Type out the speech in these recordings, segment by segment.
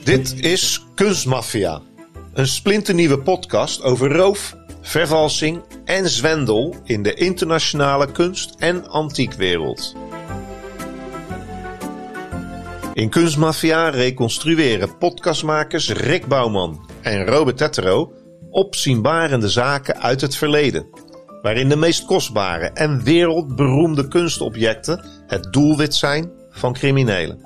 Dit is Kunstmafia, een splinternieuwe podcast over roof, vervalsing en zwendel in de internationale kunst- en antiekwereld. In Kunstmafia reconstrueren podcastmakers Rick Bouwman en Robert Tettero opzienbarende zaken uit het verleden, waarin de meest kostbare en wereldberoemde kunstobjecten het doelwit zijn van criminelen.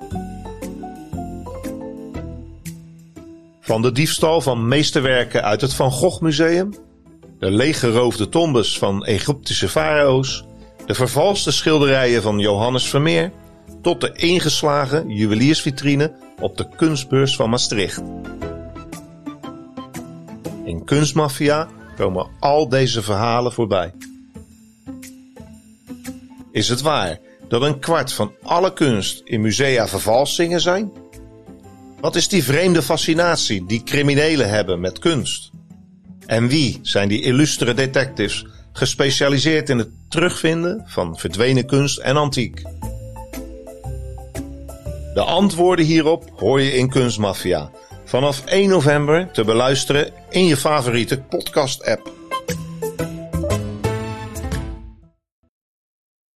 Van de diefstal van meesterwerken uit het Van Gogh Museum, de leeggeroofde tombes van Egyptische farao's, de vervalste schilderijen van Johannes Vermeer, tot de ingeslagen juweliersvitrine op de kunstbeurs van Maastricht. In Kunstmafia komen al deze verhalen voorbij. Is het waar dat een kwart van alle kunst in musea vervalsingen zijn? Wat is die vreemde fascinatie die criminelen hebben met kunst? En wie zijn die illustere detectives gespecialiseerd in het terugvinden van verdwenen kunst en antiek? De antwoorden hierop hoor je in Kunstmafia vanaf 1 november te beluisteren in je favoriete podcast-app.